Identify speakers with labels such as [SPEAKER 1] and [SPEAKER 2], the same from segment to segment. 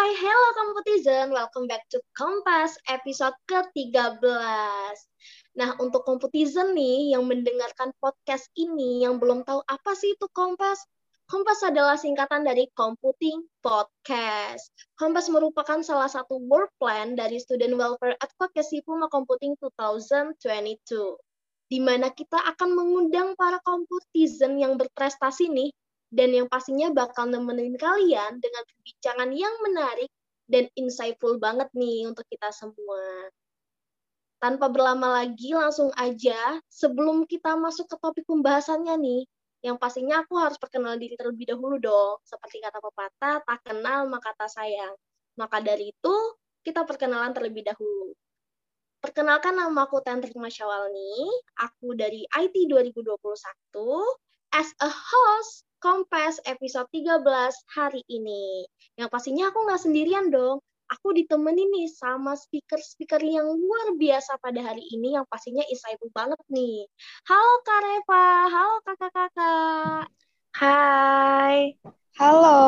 [SPEAKER 1] Hello Komputizen, welcome back to Kompas episode ke-13. Nah, untuk Komputizen nih yang mendengarkan podcast ini yang belum tahu apa sih itu Kompas? Kompas adalah singkatan dari Computing Podcast. Kompas merupakan salah satu work plan dari Student Welfare Advocacy Puma Computing 2022, di mana kita akan mengundang para Komputizen yang berprestasi nih, dan yang pastinya bakal nemenin kalian dengan perbincangan yang menarik dan insightful banget nih untuk kita semua. Tanpa berlama lagi, langsung aja sebelum kita masuk ke topik pembahasannya nih, yang pastinya aku harus perkenalan diri terlebih dahulu dong. Seperti kata pepatah, tak kenal maka tak sayang. Maka dari itu, kita perkenalan terlebih dahulu. Perkenalkan, nama aku Tentri Masyawalni, aku dari IT 2021, as a host Kompas episode 13 hari ini. Yang pastinya aku nggak sendirian dong, aku ditemani nih sama speaker-speaker yang luar biasa pada hari ini, yang pastinya insightful banget nih. Halo Kak Reva, halo kakak-kakak.
[SPEAKER 2] Hai, halo.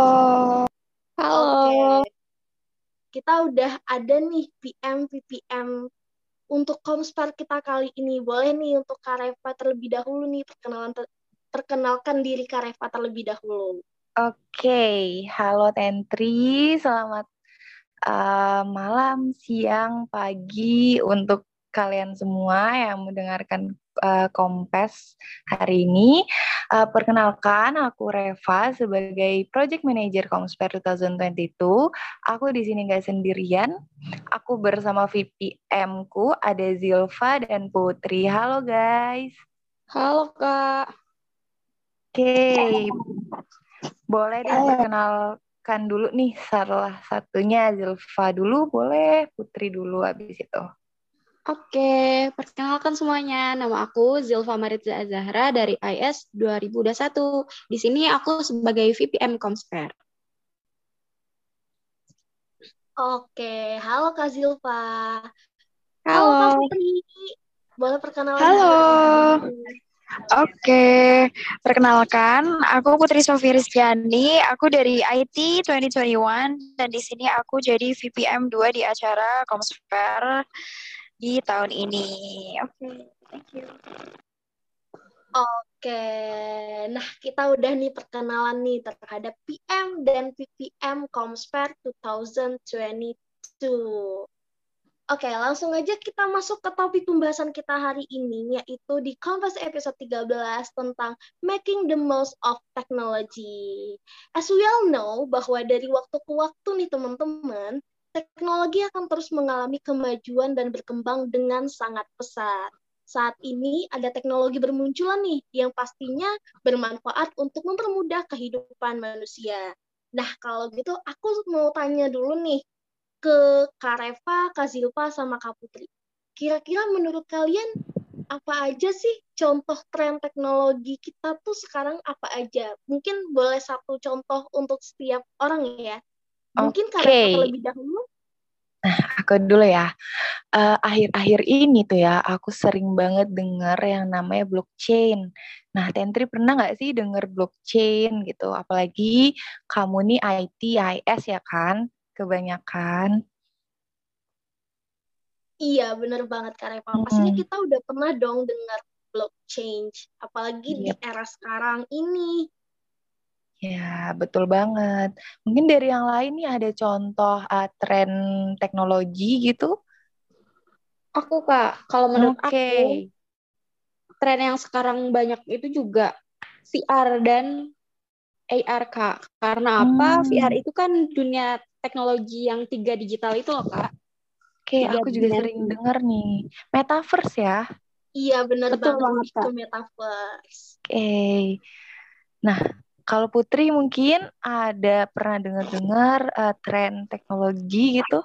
[SPEAKER 1] Oke, kita udah ada nih PM-VPM untuk Komspar kita kali ini. Boleh nih untuk Kak Reva terlebih dahulu nih, perkenalkan diri Kak Reva terlebih dahulu.
[SPEAKER 2] Oke, halo Tentri. Selamat malam, siang, pagi untuk kalian semua yang mendengarkan Kompas hari ini. Perkenalkan, aku Reva sebagai Project Manager Komspar 2022. Aku di sini nggak sendirian. Aku bersama VPM-ku ada Zilva dan Putri. Halo guys.
[SPEAKER 3] Halo Kak.
[SPEAKER 2] Oke, boleh deh perkenalkan dulu nih salah satunya Zilva dulu, boleh Putri dulu abis itu.
[SPEAKER 3] Oke, perkenalkan semuanya. Nama aku Zilva Maritza Azahra dari IS 2021. Di sini aku sebagai VPM Komsper.
[SPEAKER 1] Oke, halo Kak Zilva. Halo Kak
[SPEAKER 3] Halo.
[SPEAKER 1] Putri. Boleh perkenalan
[SPEAKER 4] Halo.
[SPEAKER 1] diri.
[SPEAKER 4] Oke, perkenalkan, aku Putri Sofi Rizkyani, aku dari IT 2021 dan di sini aku jadi VPM 2 di acara Komsper di tahun ini. Oke, thank you.
[SPEAKER 1] Oke, nah kita udah nih perkenalan nih terhadap PM dan VPM Komsper 2022. Oke, langsung aja kita masuk ke topik pembahasan kita hari ini, yaitu di Kompas episode 13 tentang Making the Most of Technology. As we all know, bahwa dari waktu ke waktu nih teman-teman, teknologi akan terus mengalami kemajuan dan berkembang dengan sangat pesat. Saat ini ada teknologi bermunculan nih, yang pastinya bermanfaat untuk mempermudah kehidupan manusia. Nah, kalau gitu aku mau tanya dulu nih, ke Kak Reva, Kak Zilpa, sama Kak Putri. Kira-kira menurut kalian apa aja sih contoh tren teknologi kita tuh sekarang apa aja? Mungkin boleh satu contoh untuk setiap orang ya. Mungkin Kak Reva terlebih dahulu.
[SPEAKER 2] Aku dulu ya. Akhir-akhir ini tuh ya, aku sering banget denger yang namanya blockchain. Nah, Tentri pernah nggak sih denger blockchain gitu? Apalagi kamu nih IT, IS ya kan? Kebanyakan.
[SPEAKER 1] Iya, bener banget Kak Reva. Pastinya kita udah pernah dong dengar blockchain. Apalagi di era sekarang ini.
[SPEAKER 2] Ya, betul banget. Mungkin dari yang lain nih ada contoh tren teknologi gitu?
[SPEAKER 3] Aku Kak, kalau menurut aku, tren yang sekarang banyak itu juga VR dan AR Kak. Karena apa? VR itu kan dunia teknologi yang 3 digital itu loh Kak.
[SPEAKER 2] Oke, aku juga sering dengar nih. Metaverse ya?
[SPEAKER 1] Iya, bener
[SPEAKER 3] Betul
[SPEAKER 1] banget
[SPEAKER 3] Kak.
[SPEAKER 1] itu metaverse.
[SPEAKER 2] Oke. Nah, kalau Putri mungkin ada pernah dengar-dengar tren teknologi gitu?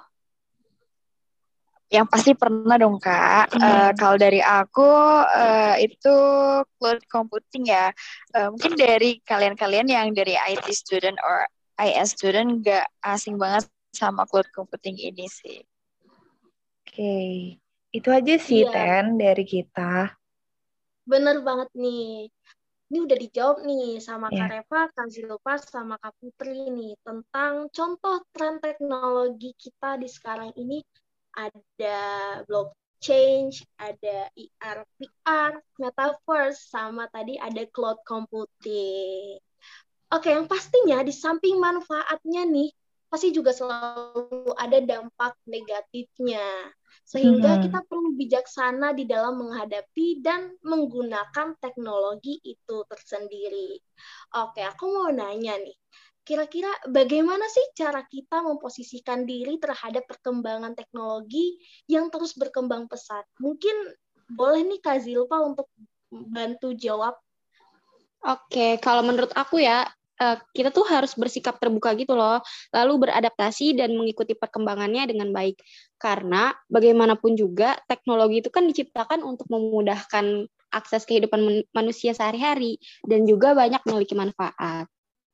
[SPEAKER 4] Yang pasti pernah dong Kak. Kalau dari aku itu cloud computing ya. Mungkin dari kalian-kalian yang dari IT student or IS student gak asing banget sama cloud computing ini sih.
[SPEAKER 2] Oke, itu aja sih Ten dari kita.
[SPEAKER 1] Bener banget nih. Ini udah dijawab nih sama Kak
[SPEAKER 2] Ya.
[SPEAKER 1] Reva, Kak Zilpa, sama Kak Putri nih tentang contoh tren teknologi kita di sekarang ini. Ada blockchain, ada IR, VR, metaverse, sama tadi ada cloud computing. Oke, yang pastinya di samping manfaatnya nih, pasti juga selalu ada dampak negatifnya. Sehingga kita perlu bijaksana di dalam menghadapi dan menggunakan teknologi itu tersendiri. Oke, aku mau nanya nih, kira-kira bagaimana sih cara kita memposisikan diri terhadap perkembangan teknologi yang terus berkembang pesat? Mungkin boleh nih Kak Zilpa untuk bantu jawab.
[SPEAKER 3] Oke, kalau menurut aku ya, kita tuh harus bersikap terbuka gitu loh, lalu beradaptasi dan mengikuti perkembangannya dengan baik. Karena bagaimanapun juga teknologi itu kan diciptakan untuk memudahkan akses kehidupan manusia sehari-hari dan juga banyak memiliki manfaat.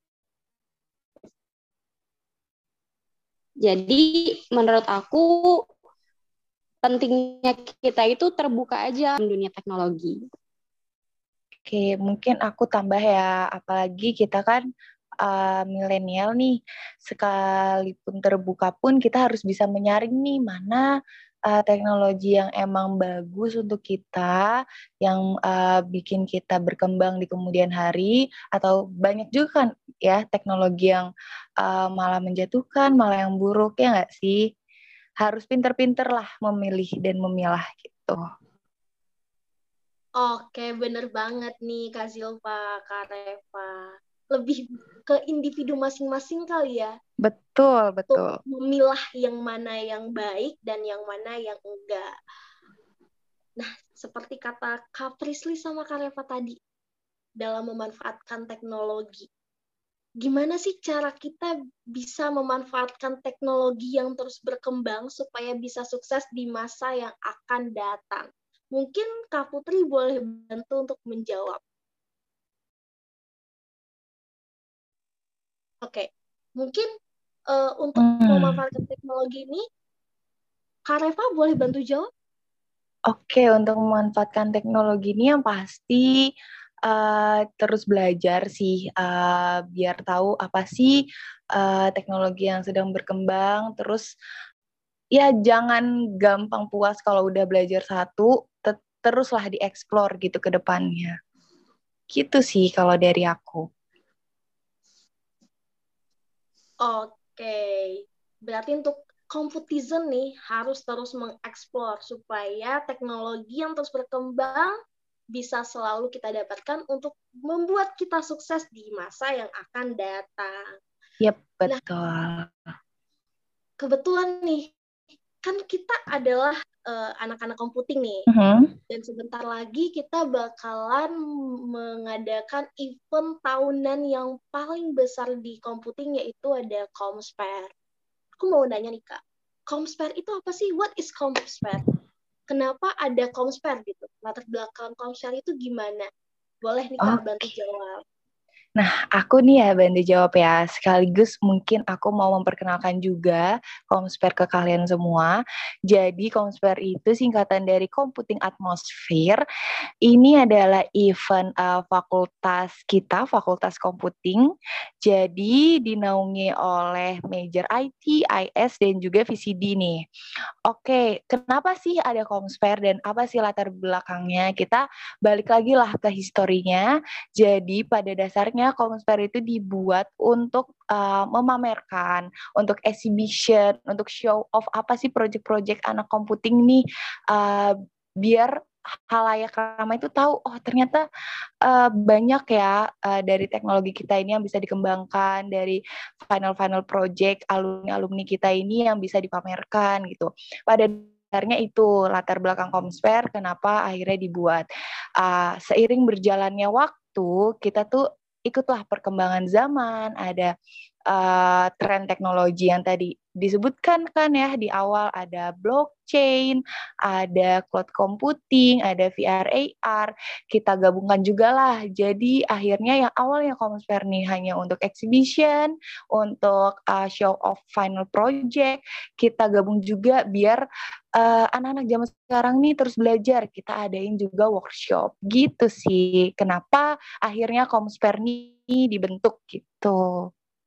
[SPEAKER 3] Jadi menurut aku pentingnya kita itu terbuka aja di dunia teknologi.
[SPEAKER 2] Oke, mungkin aku tambah ya, apalagi kita kan milenial nih, sekalipun terbuka pun kita harus bisa menyaring nih mana teknologi yang emang bagus untuk kita, yang bikin kita berkembang di kemudian hari, atau banyak juga kan ya teknologi yang malah menjatuhkan, malah yang buruk, ya nggak sih? Harus pinter-pinter lah memilih dan memilah gitu.
[SPEAKER 1] Oke, bener banget nih Kak Zilpa, Kak Reva. Lebih ke individu masing-masing kali ya,
[SPEAKER 2] Betul,
[SPEAKER 1] untuk
[SPEAKER 2] betul.
[SPEAKER 1] memilah yang mana yang baik dan yang mana yang enggak. Nah, seperti kata Kak Prisly sama Kak Reva tadi, dalam memanfaatkan teknologi. Gimana sih cara kita bisa memanfaatkan teknologi yang terus berkembang supaya bisa sukses di masa yang akan datang? Mungkin Kak Putri boleh bantu untuk menjawab. Oke, mungkin untuk memanfaatkan teknologi ini, Kak Reva boleh bantu jawab?
[SPEAKER 2] Oke, untuk memanfaatkan teknologi ini yang pasti terus belajar sih, biar tahu apa sih teknologi yang sedang berkembang. Terus ya jangan gampang puas kalau udah belajar satu, teruslah dieksplor gitu ke depannya. Gitu sih kalau dari aku.
[SPEAKER 1] Oke, berarti untuk Computizen nih harus terus mengeksplor supaya teknologi yang terus berkembang bisa selalu kita dapatkan untuk membuat kita sukses di masa yang akan datang.
[SPEAKER 2] Yep,
[SPEAKER 1] Nah,
[SPEAKER 2] betul.
[SPEAKER 1] kebetulan nih, kan kita adalah anak-anak komputing nih. Dan sebentar lagi kita bakalan mengadakan event tahunan yang paling besar di computing, yaitu ada Comspair. Aku mau nanya nih Kak, Comspair itu apa sih? What is Comspair? Kenapa ada Comspair gitu? Latar belakang Comspair itu gimana? Boleh nih Kak bantu jawab.
[SPEAKER 2] Nah, aku nih ya bantu jawab ya. Sekaligus mungkin aku mau memperkenalkan juga Comspair ke kalian semua. Jadi Comspair itu singkatan dari Computing Atmosphere. Ini adalah event fakultas kita, Fakultas Computing. Jadi dinaungi oleh major IT, IS, dan juga VCD nih. Oke, kenapa sih ada Comspair dan apa sih latar belakangnya? Kita balik lagi lah ke historinya. Jadi pada dasarnya Comspair itu dibuat untuk memamerkan, untuk exhibition, untuk show off apa sih project-project anak computing nih, biar halayak ramai itu tahu, oh ternyata banyak ya dari teknologi kita ini yang bisa dikembangkan, dari final project alumni kita ini yang bisa dipamerkan gitu. Pada dasarnya itu latar belakang Comspair kenapa akhirnya dibuat. Seiring berjalannya waktu, kita tuh ikutlah perkembangan zaman, ada tren teknologi yang tadi disebutkan kan ya di awal ada blockchain, ada cloud computing, ada VR AR, kita gabungkan juga lah. Jadi akhirnya yang awalnya Comsper nih hanya untuk exhibition, untuk show off final project, kita gabung juga biar anak-anak zaman sekarang nih terus belajar. Kita adain juga workshop gitu sih. Kenapa akhirnya Comsper nih dibentuk gitu.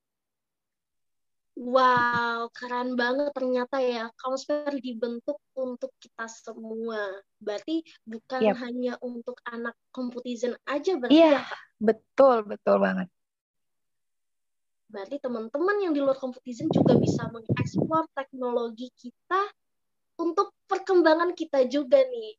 [SPEAKER 1] Wow, keren banget ternyata ya. Counselor dibentuk untuk kita semua. Berarti bukan
[SPEAKER 2] Yap.
[SPEAKER 1] hanya untuk anak komputizen aja berarti
[SPEAKER 2] Iya,
[SPEAKER 1] ya, Kak?
[SPEAKER 2] betul banget.
[SPEAKER 1] Berarti teman-teman yang di luar komputizen juga bisa mengeksplor teknologi kita untuk perkembangan kita juga nih.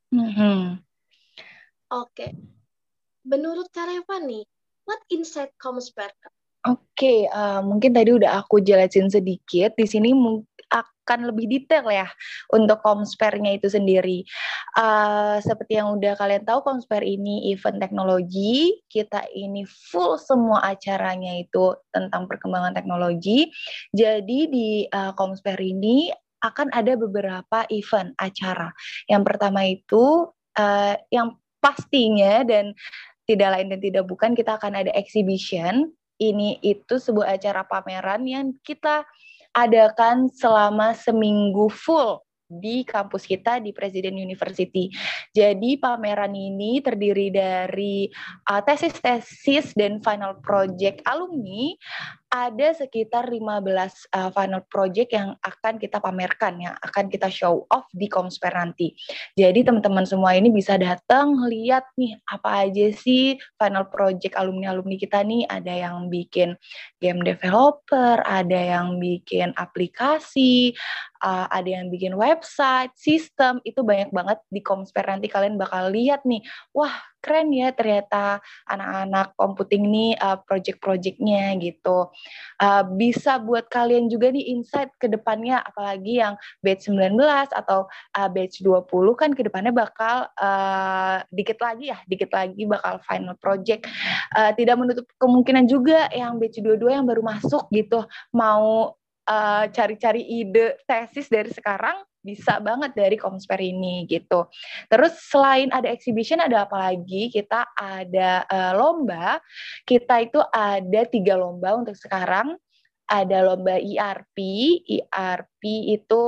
[SPEAKER 1] Oke. Menurut Kak Reva nih, what inside Comsper?
[SPEAKER 2] Oke, mungkin tadi udah aku jelasin sedikit. Di sini akan lebih detail ya untuk Comsper-nya itu sendiri. Seperti yang udah kalian tahu, Comsper ini event teknologi. Kita ini full semua acaranya itu tentang perkembangan teknologi. Jadi di Comsper ini akan ada beberapa event acara. Yang pertama itu yang pastinya dan tidak lain dan tidak bukan kita akan ada exhibition. Ini itu sebuah acara pameran yang kita adakan selama seminggu full di kampus kita di Presiden University. Jadi pameran ini terdiri dari tesis-tesis dan final project alumni. Ada sekitar 15 final project yang akan kita pamerkan, yang akan kita show off di Comsper nanti. Jadi teman-teman semua ini bisa datang lihat nih apa aja sih final project alumni-alumni kita nih. Ada yang bikin game developer, ada yang bikin aplikasi, ada yang bikin website, sistem, itu banyak banget di Comsper nanti kalian bakal lihat nih. Wah, keren ya ternyata anak-anak computing nih project-projectnya gitu. Bisa buat kalian juga nih insight ke depannya, apalagi yang batch 19 atau batch 20 kan ke depannya bakal dikit lagi bakal final project. Tidak menutup kemungkinan juga yang batch 22 yang baru masuk gitu mau cari-cari ide tesis dari sekarang bisa banget dari Comsper ini gitu. Terus selain ada exhibition ada apa lagi? Kita ada lomba. Kita itu ada 3 lomba untuk sekarang. Ada lomba ERP. ERP itu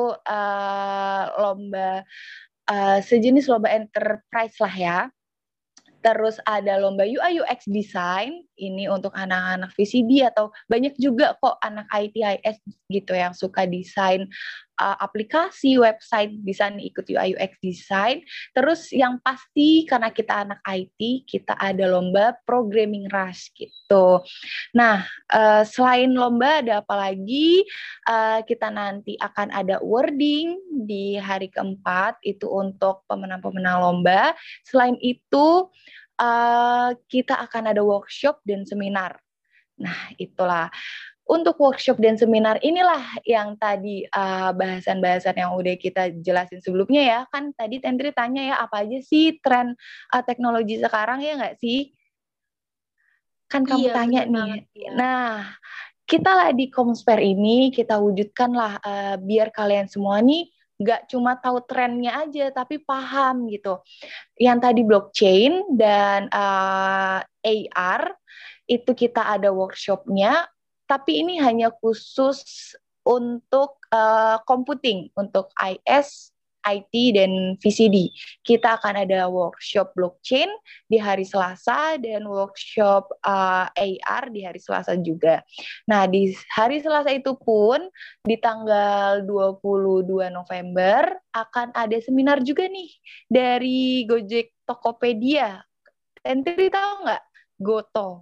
[SPEAKER 2] lomba sejenis lomba enterprise lah ya. Terus ada lomba UI UX design, ini untuk anak-anak VCD atau banyak juga kok anak IT/IS gitu yang suka desain aplikasi, website, bisa nih ikut UI UX design. Terus yang pasti karena kita anak IT, kita ada lomba programming rush gitu. Nah, selain lomba ada apa lagi? Kita nanti akan ada awarding di hari keempat, itu untuk pemenang-pemenang lomba. Selain itu, kita akan ada workshop dan seminar. Nah, itulah. Untuk workshop dan seminar inilah yang tadi bahasan-bahasan yang udah kita jelasin sebelumnya ya. Kan tadi Tentri tanya ya, apa aja sih tren teknologi sekarang ya nggak sih? Kan kamu tanya nih.
[SPEAKER 1] Ya.
[SPEAKER 2] Nah, kita lah di Comsper ini, kita wujudkan lah biar kalian semua nih nggak cuma tahu trennya aja, tapi paham gitu. Yang tadi blockchain dan AR, itu kita ada workshopnya, tapi ini hanya khusus untuk computing, untuk IS, IT, dan VCD. Kita akan ada workshop blockchain di hari Selasa dan workshop AR di hari Selasa juga. Nah, di hari Selasa itu pun di tanggal 22 November akan ada seminar juga nih dari Gojek Tokopedia. Entri tahu nggak? Goto.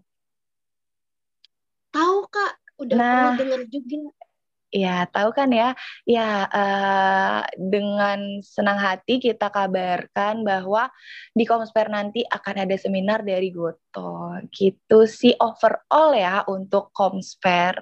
[SPEAKER 1] Tahu Kak, udah pernah dengar juga.
[SPEAKER 2] Ya, tahu kan ya. Ya, dengan senang hati kita kabarkan bahwa di Comsper nanti akan ada seminar dari Goto. Gitu sih overall ya untuk Comsper.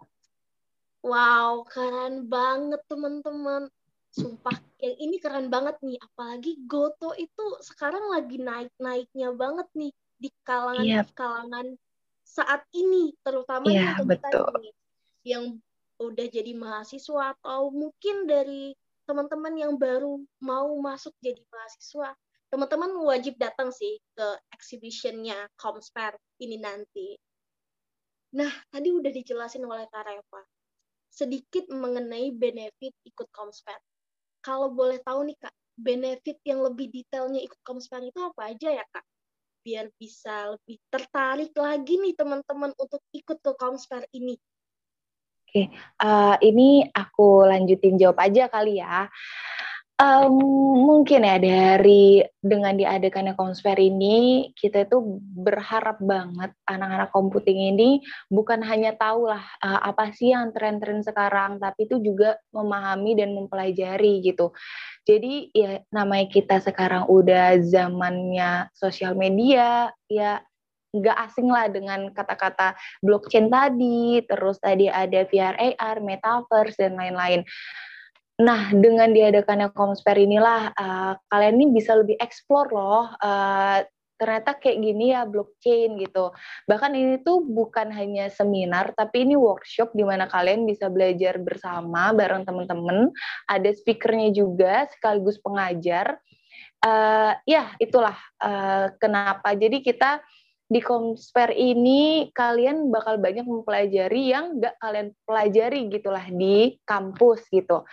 [SPEAKER 1] Wow, keren banget teman-teman. Sumpah, yang ini keren banget nih. Apalagi Goto itu sekarang lagi naik-naiknya banget nih di kalangan saat ini, terutama yang
[SPEAKER 2] betul.
[SPEAKER 1] tadi yang udah jadi mahasiswa atau mungkin dari teman-teman yang baru mau masuk jadi mahasiswa, teman-teman wajib datang sih ke exhibitionnya Comsper ini nanti. Nah, tadi udah dijelasin oleh Kak Reva sedikit mengenai benefit ikut Comsper. Kalau boleh tahu nih Kak, benefit yang lebih detailnya ikut Comsper itu apa aja ya Kak? Biar bisa lebih tertarik lagi nih teman-teman untuk ikut ke Comsper ini.
[SPEAKER 2] Oke, ini aku lanjutin jawab aja kali ya. Mungkin ya dengan diadakannya Comsper ini, kita itu berharap banget anak-anak komputing ini bukan hanya tahu lah apa sih yang tren-tren sekarang, tapi itu juga memahami dan mempelajari gitu. Jadi ya namanya kita sekarang udah zamannya sosial media, ya nggak asing lah dengan kata-kata blockchain tadi, terus tadi ada VR, AR, metaverse, dan lain-lain. Nah, dengan diadakannya Comsper inilah kalian ini bisa lebih explore loh, ternyata kayak gini ya blockchain gitu. Bahkan ini tuh bukan hanya seminar, tapi ini workshop di mana kalian bisa belajar bersama bareng teman-teman. Ada speakernya juga sekaligus pengajar. Ya, itulah kenapa. Jadi kita di Comsper ini kalian bakal banyak mempelajari yang nggak kalian pelajari gitulah di kampus gitu.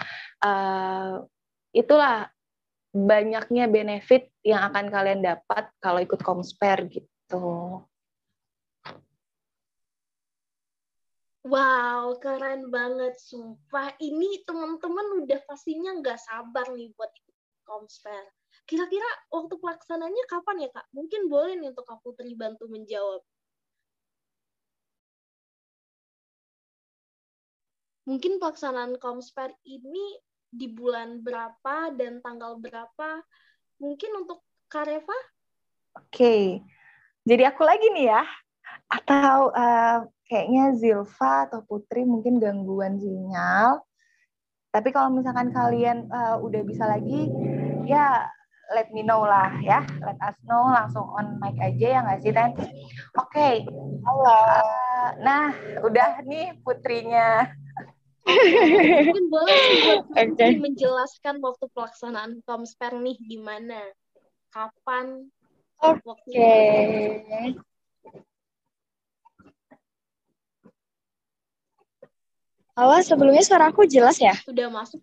[SPEAKER 2] Itulah banyaknya benefit yang akan kalian dapat kalau ikut Comsper gitu.
[SPEAKER 1] Wow, keren banget, sumpah. Ini teman-teman udah pastinya nggak sabar nih buat ikut Comsper. Kira-kira waktu pelaksananya kapan ya, Kak? Mungkin boleh nih untuk Kak Putri bantu menjawab. Mungkin pelaksanaan Comsper ini di bulan berapa dan tanggal berapa? Mungkin untuk Kak Reva?
[SPEAKER 2] Oke, jadi aku lagi nih ya. Atau kayaknya Zilfa atau Putri mungkin gangguan sinyal. Tapi kalau misalkan kalian udah bisa lagi, ya let me know lah ya. Let us know, langsung on mic aja ya nggak sih, Ten? Oke.
[SPEAKER 3] Halo.
[SPEAKER 2] Nah, udah nih Putrinya.
[SPEAKER 1] Mungkin boleh nih buat Putri menjelaskan waktu pelaksanaan Comsper nih di mana? Kapan?
[SPEAKER 4] Oke. Halo, sebelumnya suara aku jelas ya?
[SPEAKER 1] Sudah masuk.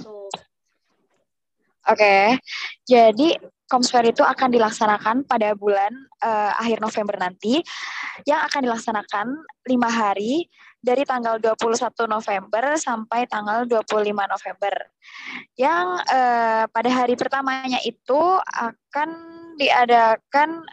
[SPEAKER 4] Oke, jadi Comsper itu akan dilaksanakan pada bulan akhir November nanti, yang akan dilaksanakan 5 hari dari tanggal 21 November sampai tanggal 25 November. Yang pada hari pertamanya itu akan diadakan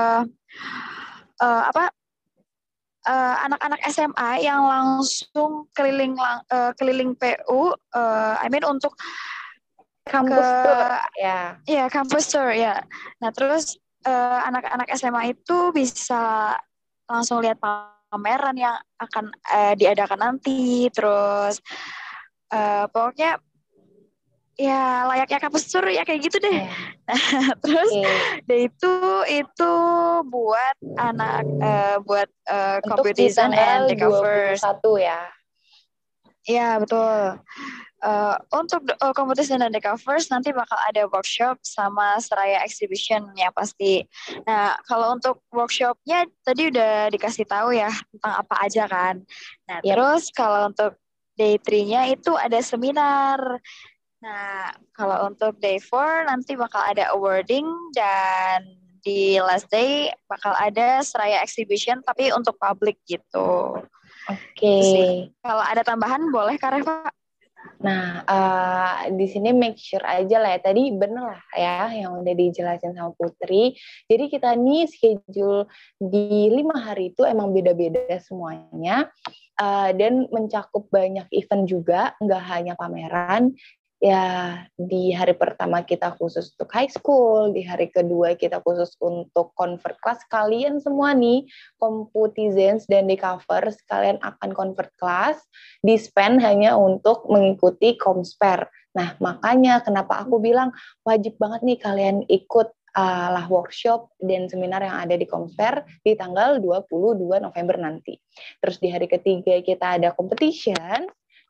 [SPEAKER 4] anak-anak SMA yang langsung keliling PU, untuk
[SPEAKER 2] Kampus tour ya.
[SPEAKER 4] Iya, kampus tour ya. Nah, terus anak-anak SMA itu bisa langsung lihat pameran yang akan diadakan nanti. Terus pokoknya ya layaknya kampus tour ya kayak gitu deh. Nah, terus itu buat anak buat competition and decovers
[SPEAKER 2] 21 ya.
[SPEAKER 4] Iya, betul. Untuk competition dan decovers nanti bakal ada workshop sama seraya exhibition ya pasti. Nah, kalau untuk workshopnya tadi udah dikasih tahu ya tentang apa aja kan. Nah, terus kalau untuk day 3-nya itu ada seminar. Nah, kalau untuk day 4 nanti bakal ada awarding dan di last day bakal ada seraya exhibition tapi untuk public gitu.
[SPEAKER 2] Oke.
[SPEAKER 4] Kalau ada tambahan boleh Kak Reva?
[SPEAKER 2] Nah, di sini make sure aja lah ya. Tadi bener lah ya yang udah dijelasin sama Putri. Jadi kita nih schedule di 5 hari itu emang beda-beda semuanya. Dan mencakup banyak event juga, nggak hanya pameran. Ya, di hari pertama kita khusus untuk high school, di hari kedua kita khusus untuk convert kelas. Kalian semua nih, Computizens dan Decovers, kalian akan convert kelas, di-spend hanya untuk mengikuti Comsper. Nah, makanya kenapa aku bilang wajib banget nih kalian ikut lah workshop dan seminar yang ada di Comsper di tanggal 22 November nanti. Terus di hari ketiga kita ada competition,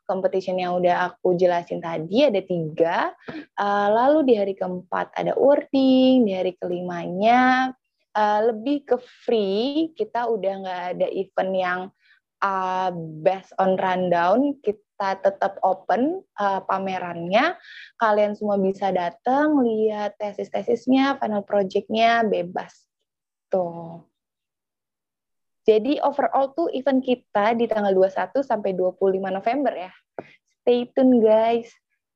[SPEAKER 2] competition yang udah aku jelasin tadi ada 3. Lalu di hari keempat ada wording, di hari kelimanya lebih ke free, kita udah nggak ada event yang based on rundown, kita tetap open pamerannya. Kalian semua bisa datang, lihat tesis-tesisnya, final project-nya, bebas. Tuh. Jadi overall tuh event kita di tanggal 21 sampai 25 November ya. Stay tune guys.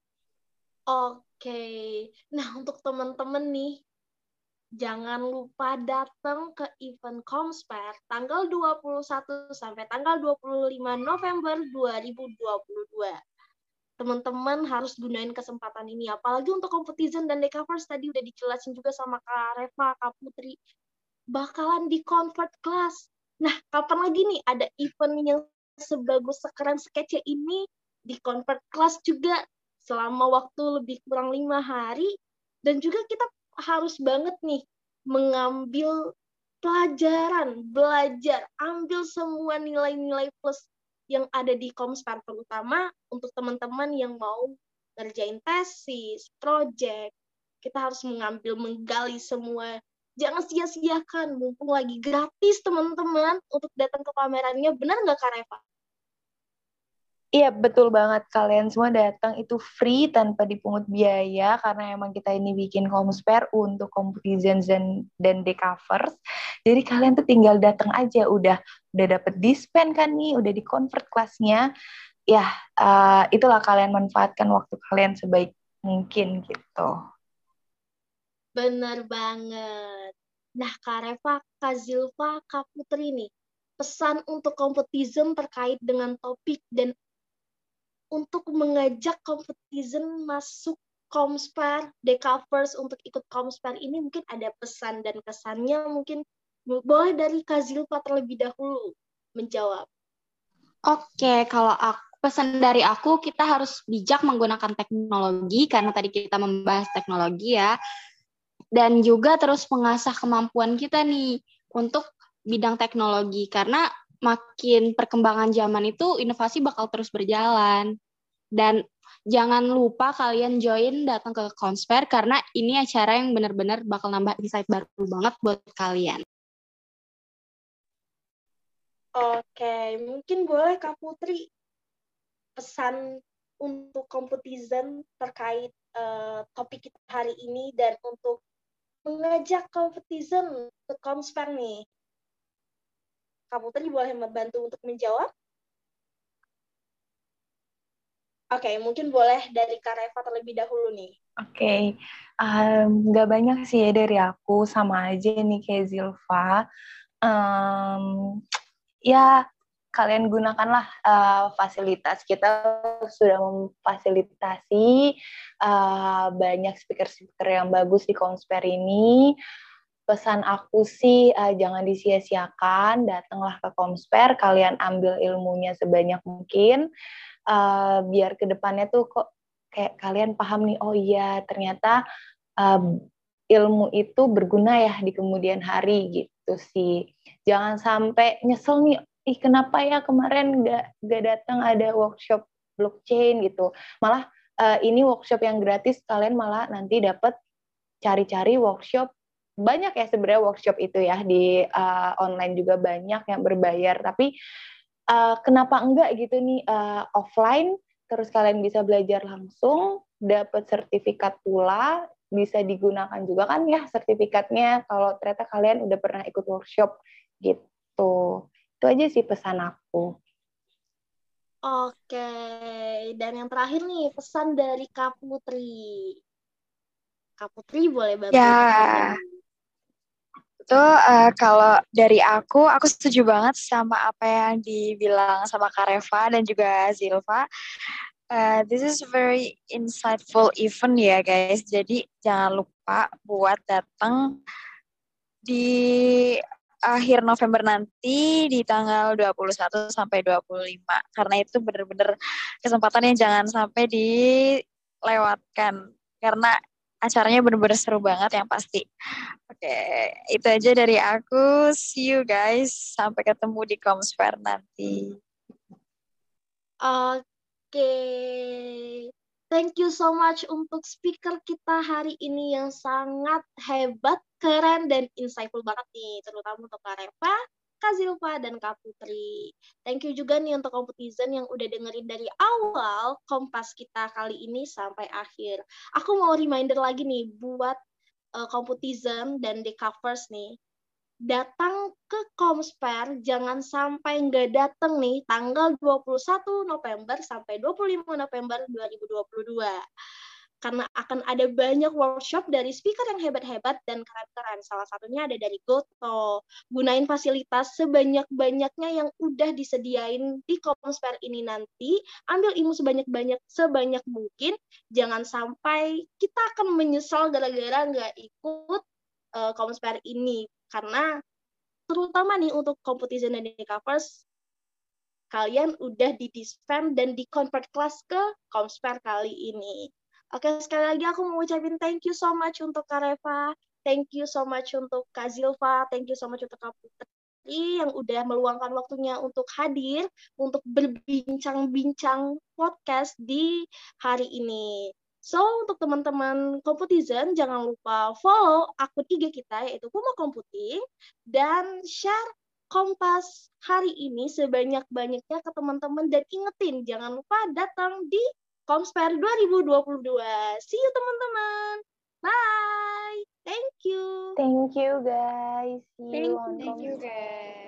[SPEAKER 1] Oke. Nah, untuk teman-teman nih, jangan lupa datang ke event Comspare tanggal 21 sampai tanggal 25 November 2022. Teman-teman harus gunain kesempatan ini. Apalagi untuk competition dan decovers tadi udah dijelasin juga sama Kak Reva, Kak Putri. Bakalan di-convert kelas. Nah, kapan lagi nih ada event yang sebagus sekeren sketch ini di-convert kelas juga selama waktu lebih kurang 5 hari. Dan juga kita harus banget nih mengambil pelajaran, belajar, ambil semua nilai-nilai plus yang ada di Comspare, terutama untuk teman-teman yang mau ngerjain tesis, project. Kita harus menggali semua. Jangan sia-siakan, mumpung lagi gratis teman-teman untuk datang ke pamerannya. Benar nggak Kak Reva?
[SPEAKER 2] Iya, betul banget. Kalian semua datang itu free tanpa dipungut biaya karena emang kita ini bikin Comspare untuk competitions dan decovers. Jadi kalian tuh tinggal datang aja, udah dapet dispen kan nih, udah di-convert kelasnya. Ya, itulah kalian manfaatkan waktu kalian sebaik mungkin gitu.
[SPEAKER 1] Benar banget. Nah, Kak Reva, Kak Zilfa, Kak Putri nih, pesan untuk competition terkait dengan topik dan untuk mengajak competition masuk Comspare, decovers untuk ikut Comspare ini mungkin ada pesan dan kesannya, mungkin boleh dari Kak Zilfa terlebih dahulu menjawab.
[SPEAKER 3] Oke, kalau pesan dari aku, kita harus bijak menggunakan teknologi, karena tadi kita membahas teknologi ya, dan juga terus mengasah kemampuan kita nih untuk bidang teknologi, karena makin perkembangan zaman itu inovasi bakal terus berjalan. Dan jangan lupa kalian datang ke Comspare, karena ini acara yang benar-benar bakal nambah insight baru banget buat kalian.
[SPEAKER 1] Oke, mungkin boleh Kak Putri pesan untuk competition terkait topik kita hari ini dan untuk mengajak competition ke Comspare nih. Kak Putri boleh membantu untuk menjawab? Oke, mungkin boleh dari Kak Reva terlebih dahulu nih.
[SPEAKER 2] Oke, nggak banyak sih ya dari aku, sama aja nih kayak Zilfa. Ya, kalian gunakanlah fasilitas. Kita sudah memfasilitasi banyak speaker-speaker yang bagus di Comspare ini. Pesan aku sih jangan disia-siakan, datanglah ke Comspare, kalian ambil ilmunya sebanyak mungkin, biar kedepannya tuh kok kayak kalian paham nih, oh iya ternyata ilmu itu berguna ya di kemudian hari gitu sih. Jangan sampai nyesel nih, ih kenapa ya kemarin gak datang ada workshop blockchain gitu. Malah ini workshop yang gratis, kalian malah nanti dapat cari-cari workshop. Banyak ya sebenarnya workshop itu ya, di online juga banyak yang berbayar, tapi kenapa enggak gitu nih offline, terus kalian bisa belajar langsung, dapat sertifikat pula, bisa digunakan juga kan ya sertifikatnya kalau ternyata kalian udah pernah ikut workshop gitu. Itu aja sih pesan aku.
[SPEAKER 1] Oke, dan yang terakhir nih pesan dari Kak Putri. Kak Putri boleh bantu
[SPEAKER 4] Ya, itu kalau dari aku setuju banget sama apa yang dibilang sama Kak Reva dan juga Zilva. This is very insightful event ya guys. Jadi jangan lupa buat datang di akhir November nanti di tanggal 21 sampai 25. Karena itu benar-benar kesempatan yang jangan sampai dilewatkan. Karena acaranya benar-benar seru banget yang pasti. Oke, itu aja dari aku. See you guys. Sampai ketemu di Comspare nanti.
[SPEAKER 1] Thank you so much untuk speaker kita hari ini yang sangat hebat, keren, dan insightful banget nih, terutama untuk Kak Reva, Kak Zilfa, dan Kak Putri. Thank you juga nih untuk kompetizen yang udah dengerin dari awal Kompas kita kali ini sampai akhir. Aku mau reminder lagi nih buat kompetizen dan Decovers nih. Datang ke Komsper, jangan sampai nggak datang nih tanggal 21 November sampai 25 November 2022. Karena akan ada banyak workshop dari speaker yang hebat-hebat dan keren-keren. Salah satunya ada dari Goto. Gunain fasilitas sebanyak-banyaknya yang udah disediain di Komsper ini nanti. Ambil ilmu sebanyak mungkin. Jangan sampai kita akan menyesal gara-gara nggak ikut Komsper ini. Karena terutama nih untuk competition dan Decovers, kalian udah di-disband dan di-convert kelas ke Komsper kali ini. Oke, sekali lagi aku mau ucapin thank you so much untuk Kak Reva, thank you so much untuk Kak Zilfa, thank you so much untuk Kak Putri yang udah meluangkan waktunya untuk hadir, untuk berbincang-bincang podcast di hari ini. So, untuk teman-teman kompetizen, jangan lupa follow akun IG kita, yaitu Puma Computing, dan share Kompas hari ini sebanyak-banyaknya ke teman-teman, dan ingetin, jangan lupa datang di Komsper 2022. See you, teman-teman. Bye. Thank you.
[SPEAKER 2] Thank you guys. See you on
[SPEAKER 3] Thank you guys.